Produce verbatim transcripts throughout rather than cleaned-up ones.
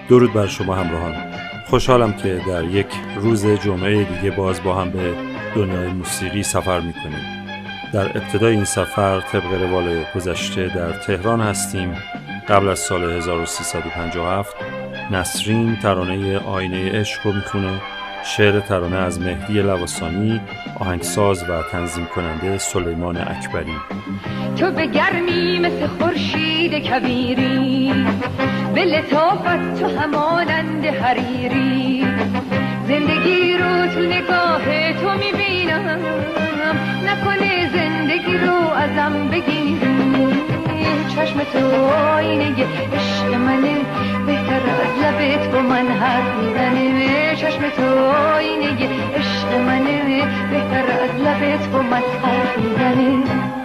درود بر شما همراهان. خوشحالم که در یک روز جمعه دیگه باز با هم به دنیای موسیقی سفر میکنیم. در ابتدای این سفر طبق روال گذشته در تهران هستیم. قبل از سال هزار و سیصد و پنجاه و هفت نسرین ترانه آینه عشق رو میخونه. شعر ترانه از مهدی لواسانی، آهنگساز و تنظیم کننده سلیمان اکبری. تو به گرمی مثل خورشید کبیری، به لطافت تو همانند حریری. زندگی رو تو نگاه تو میبینم، نکنه زندگی رو ازم بگیری. چشم تو آینه عشق منه، بهتر از لبت با من حرف میزنه. چشم تو آینه عشق منه، بهتر از لبت با من حرف میزنه.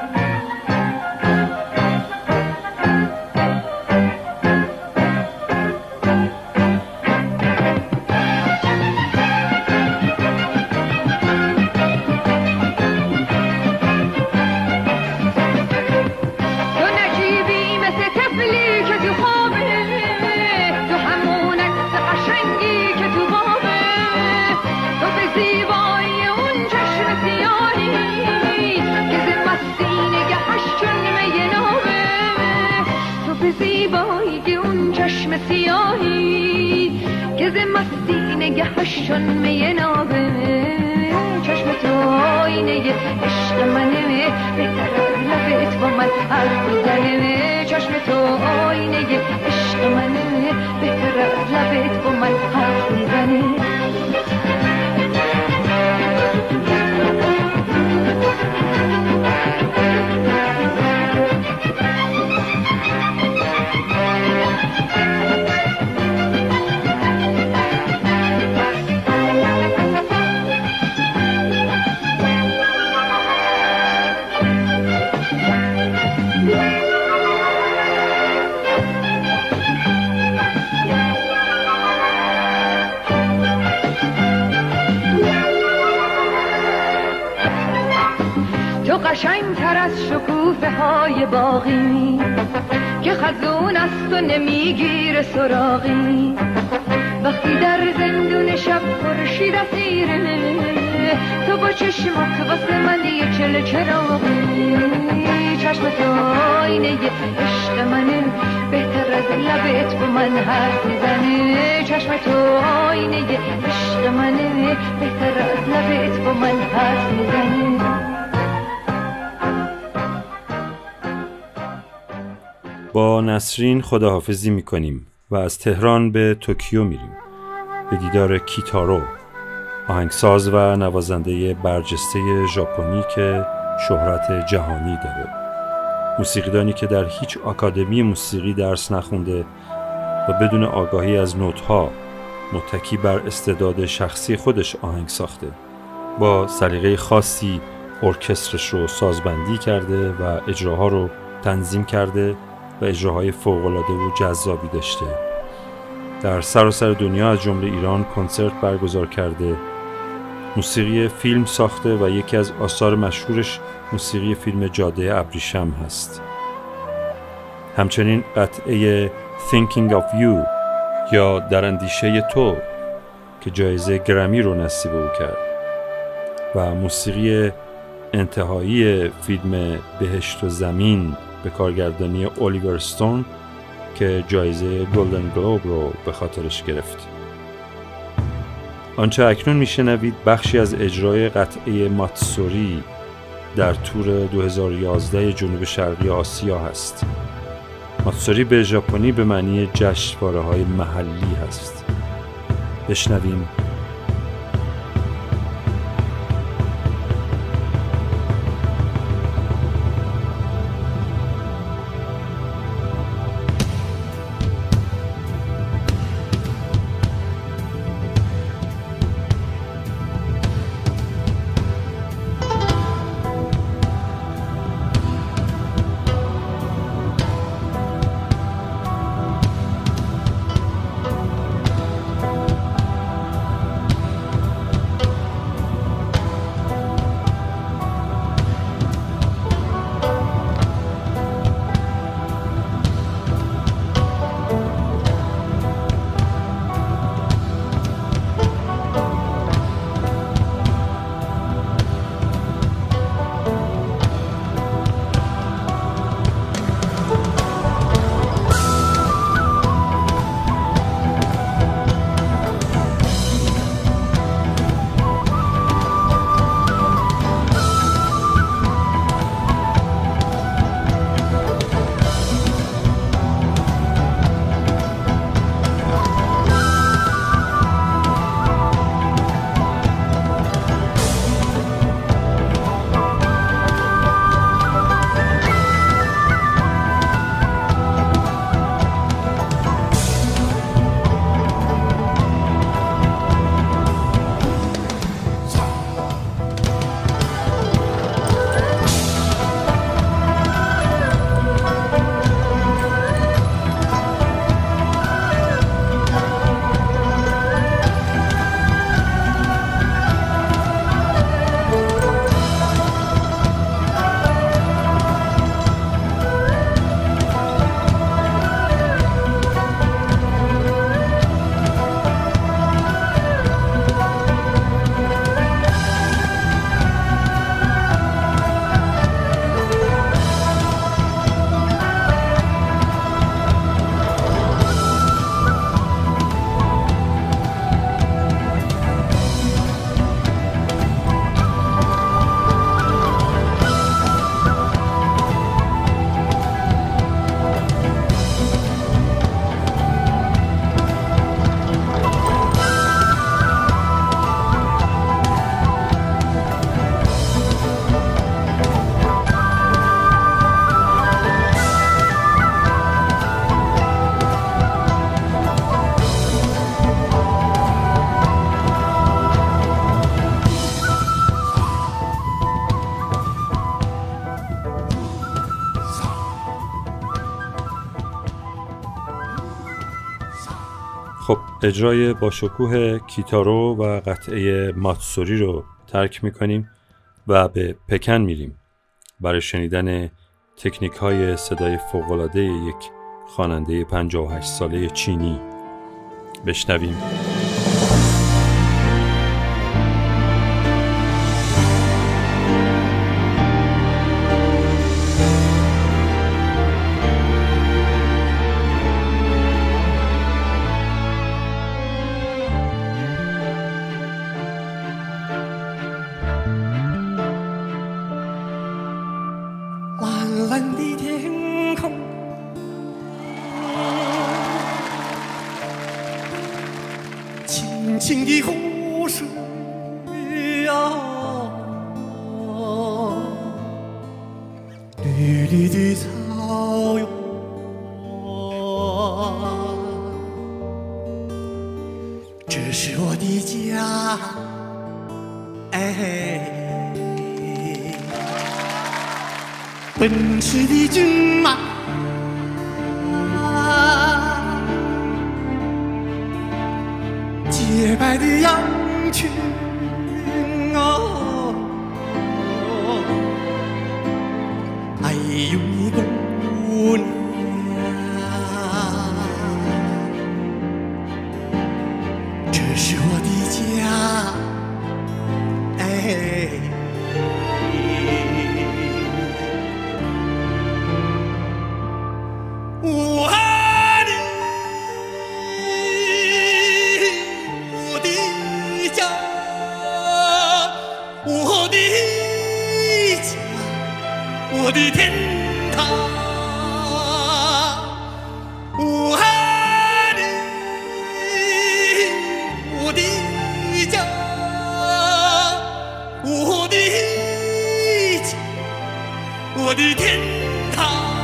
نگهشون می نابه. چشم تو آینه عشق منه، بهتر از لبت با من حرف میزنه. چشم تو آینه عشق منه، بهتر از لبت با من حرف میزنه. قشنگ تر از شکوفه های باغی که خزون است و نمیگیره سراغی. وقتی در زندون شب خورشید اسیره، تو با چشمات واسه من یه چله چراغی. چشم تو آینه عشق منه، بهتر از لبت با من حرف میزنه. چشم تو آینه عشق منه، بهتر از لبت با من حرف میزنه. با نسرین خداحافظی میکنیم و از تهران به توکیو میریم به دیدار کیتارو، آهنگساز و نوازنده برجسته ژاپنی که شهرت جهانی داره. موسیقیدانی که در هیچ آکادمی موسیقی درس نخونده و بدون آگاهی از نوت‌ها متکی بر استعداد شخصی خودش آهنگ ساخته. با سلیقه خاصی ارکسترش رو سازبندی کرده و اجراها رو تنظیم کرده و اجراهای فوق‌العاده و جذابی داشته. در سراسر دنیا از جمله ایران کنسرت برگزار کرده. موسیقی فیلم ساخته و یکی از آثار مشهورش موسیقی فیلم جاده ابریشم هست. همچنین قطعه Thinking of You یا در اندیشه تو که جایزه گرمی رو نصیب او کرد و موسیقی انتهایی فیلم بهشت و زمین به کارگردانی الیور استون که جایزه گلدن گلوب رو به خاطرش گرفت. آنچه اکنون میشنوید بخشی از اجرای قطعه ماتسوری در تور دو هزار و یازده جنوب شرقی آسیا هست. ماتسوری به ژاپنی به معنی جشنواره‌های محلی هست. بشنویم. خب اجرای با شکوه کیتارو و قطعه ماتسوری رو ترک میکنیم و به پکن میریم برای شنیدن تکنیک های صدای فوق‌العاده یک خواننده پنجاه و هشت ساله چینی. بشنویم. 清的湖水啊，绿绿的草原，这是我的家，哎，奔驰的骏马，洁白的羊群哦，还有你姑娘，这是我的家，哎，我爱你。我的家，我的天堂，我爱你，我的家，我的家，我的天堂。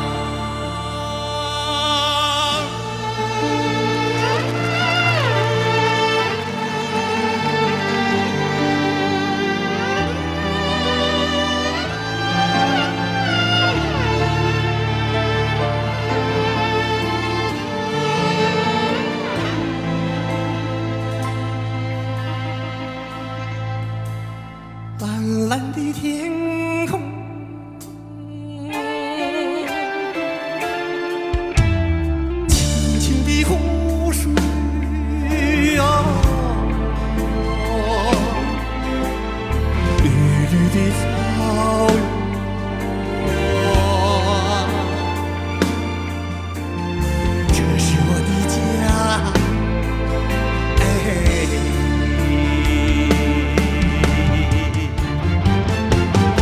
蓝蓝的天空，清清的湖水啊，绿绿的草原，这是我的家，哎。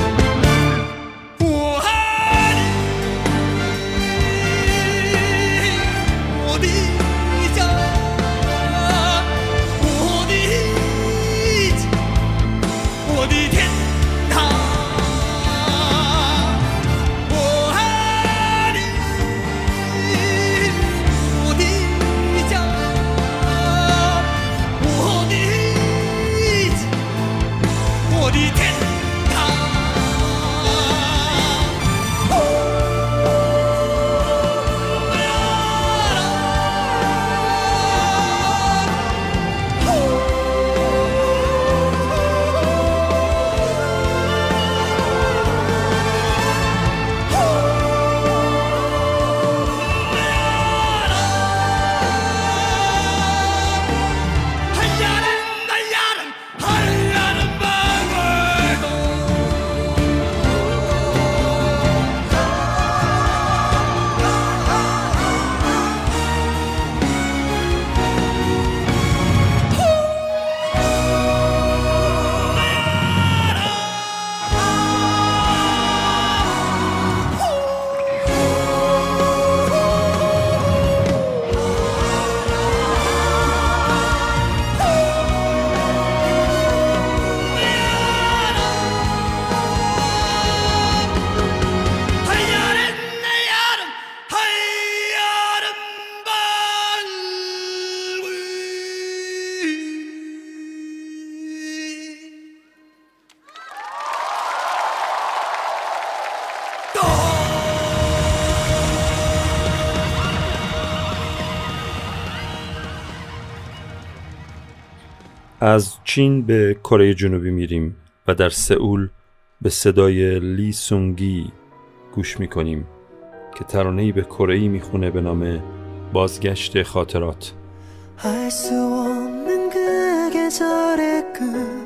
از چین به کره جنوبی میریم و در سئول به صدای لی سونگی گوش میکنیم که ترانه‌ای به کره‌ای میخونه به نام بازگشت خاطرات. 알 수 없는 그 계절의 끝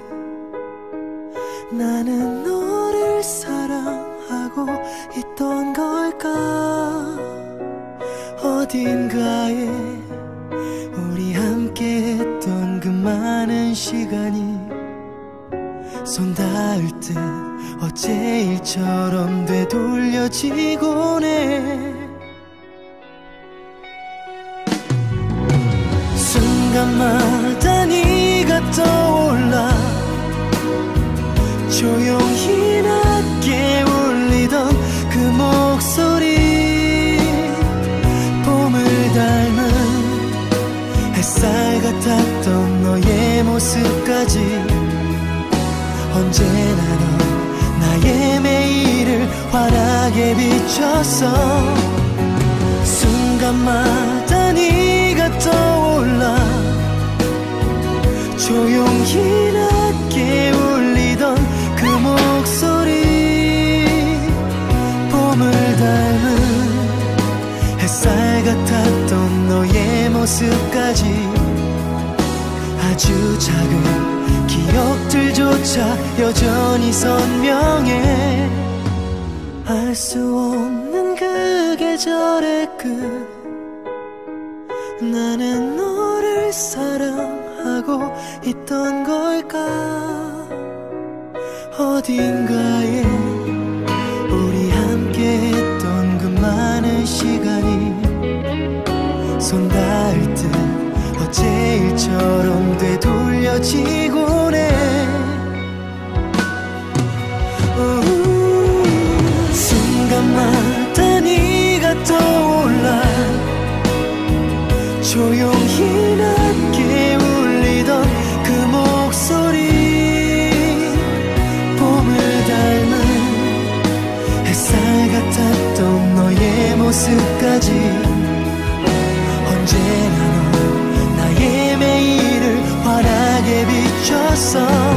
나는 너를 사랑하고 있던 걸까 어딘가에 우리 함께 했던 그 많은 시간이 손 닿을 듯 어제 일처럼 되돌려지곤 해 순간마다 네가 떠올라 조용히 낮게 울리던 그 목소리 봄을 닮은 햇살 같았던 너의 모습까지 언제나 넌 나의 매일을 환하게 비췄어 순간마다 네가 떠올라 조용히 낮게 울리던 그 목소리 봄을 닮은 햇살 같았던 너의 모습까지 아주 작은 기억들조차 여전히 선명해 알 수 없는 그 계절의 끝 나는 너를 사랑하고 있던 걸까 어딘가에 우리 함께 했던 그 많은 시간이 손 닿을 듯 어제 일처럼 되돌려지곤 해 순간마다 네가 떠올라 조용히 낮게 울리던 그 목소리 봄을 닮은 햇살 같았던 너의 모습까지 언제나 넌 나의 매일을 환하게 비췄어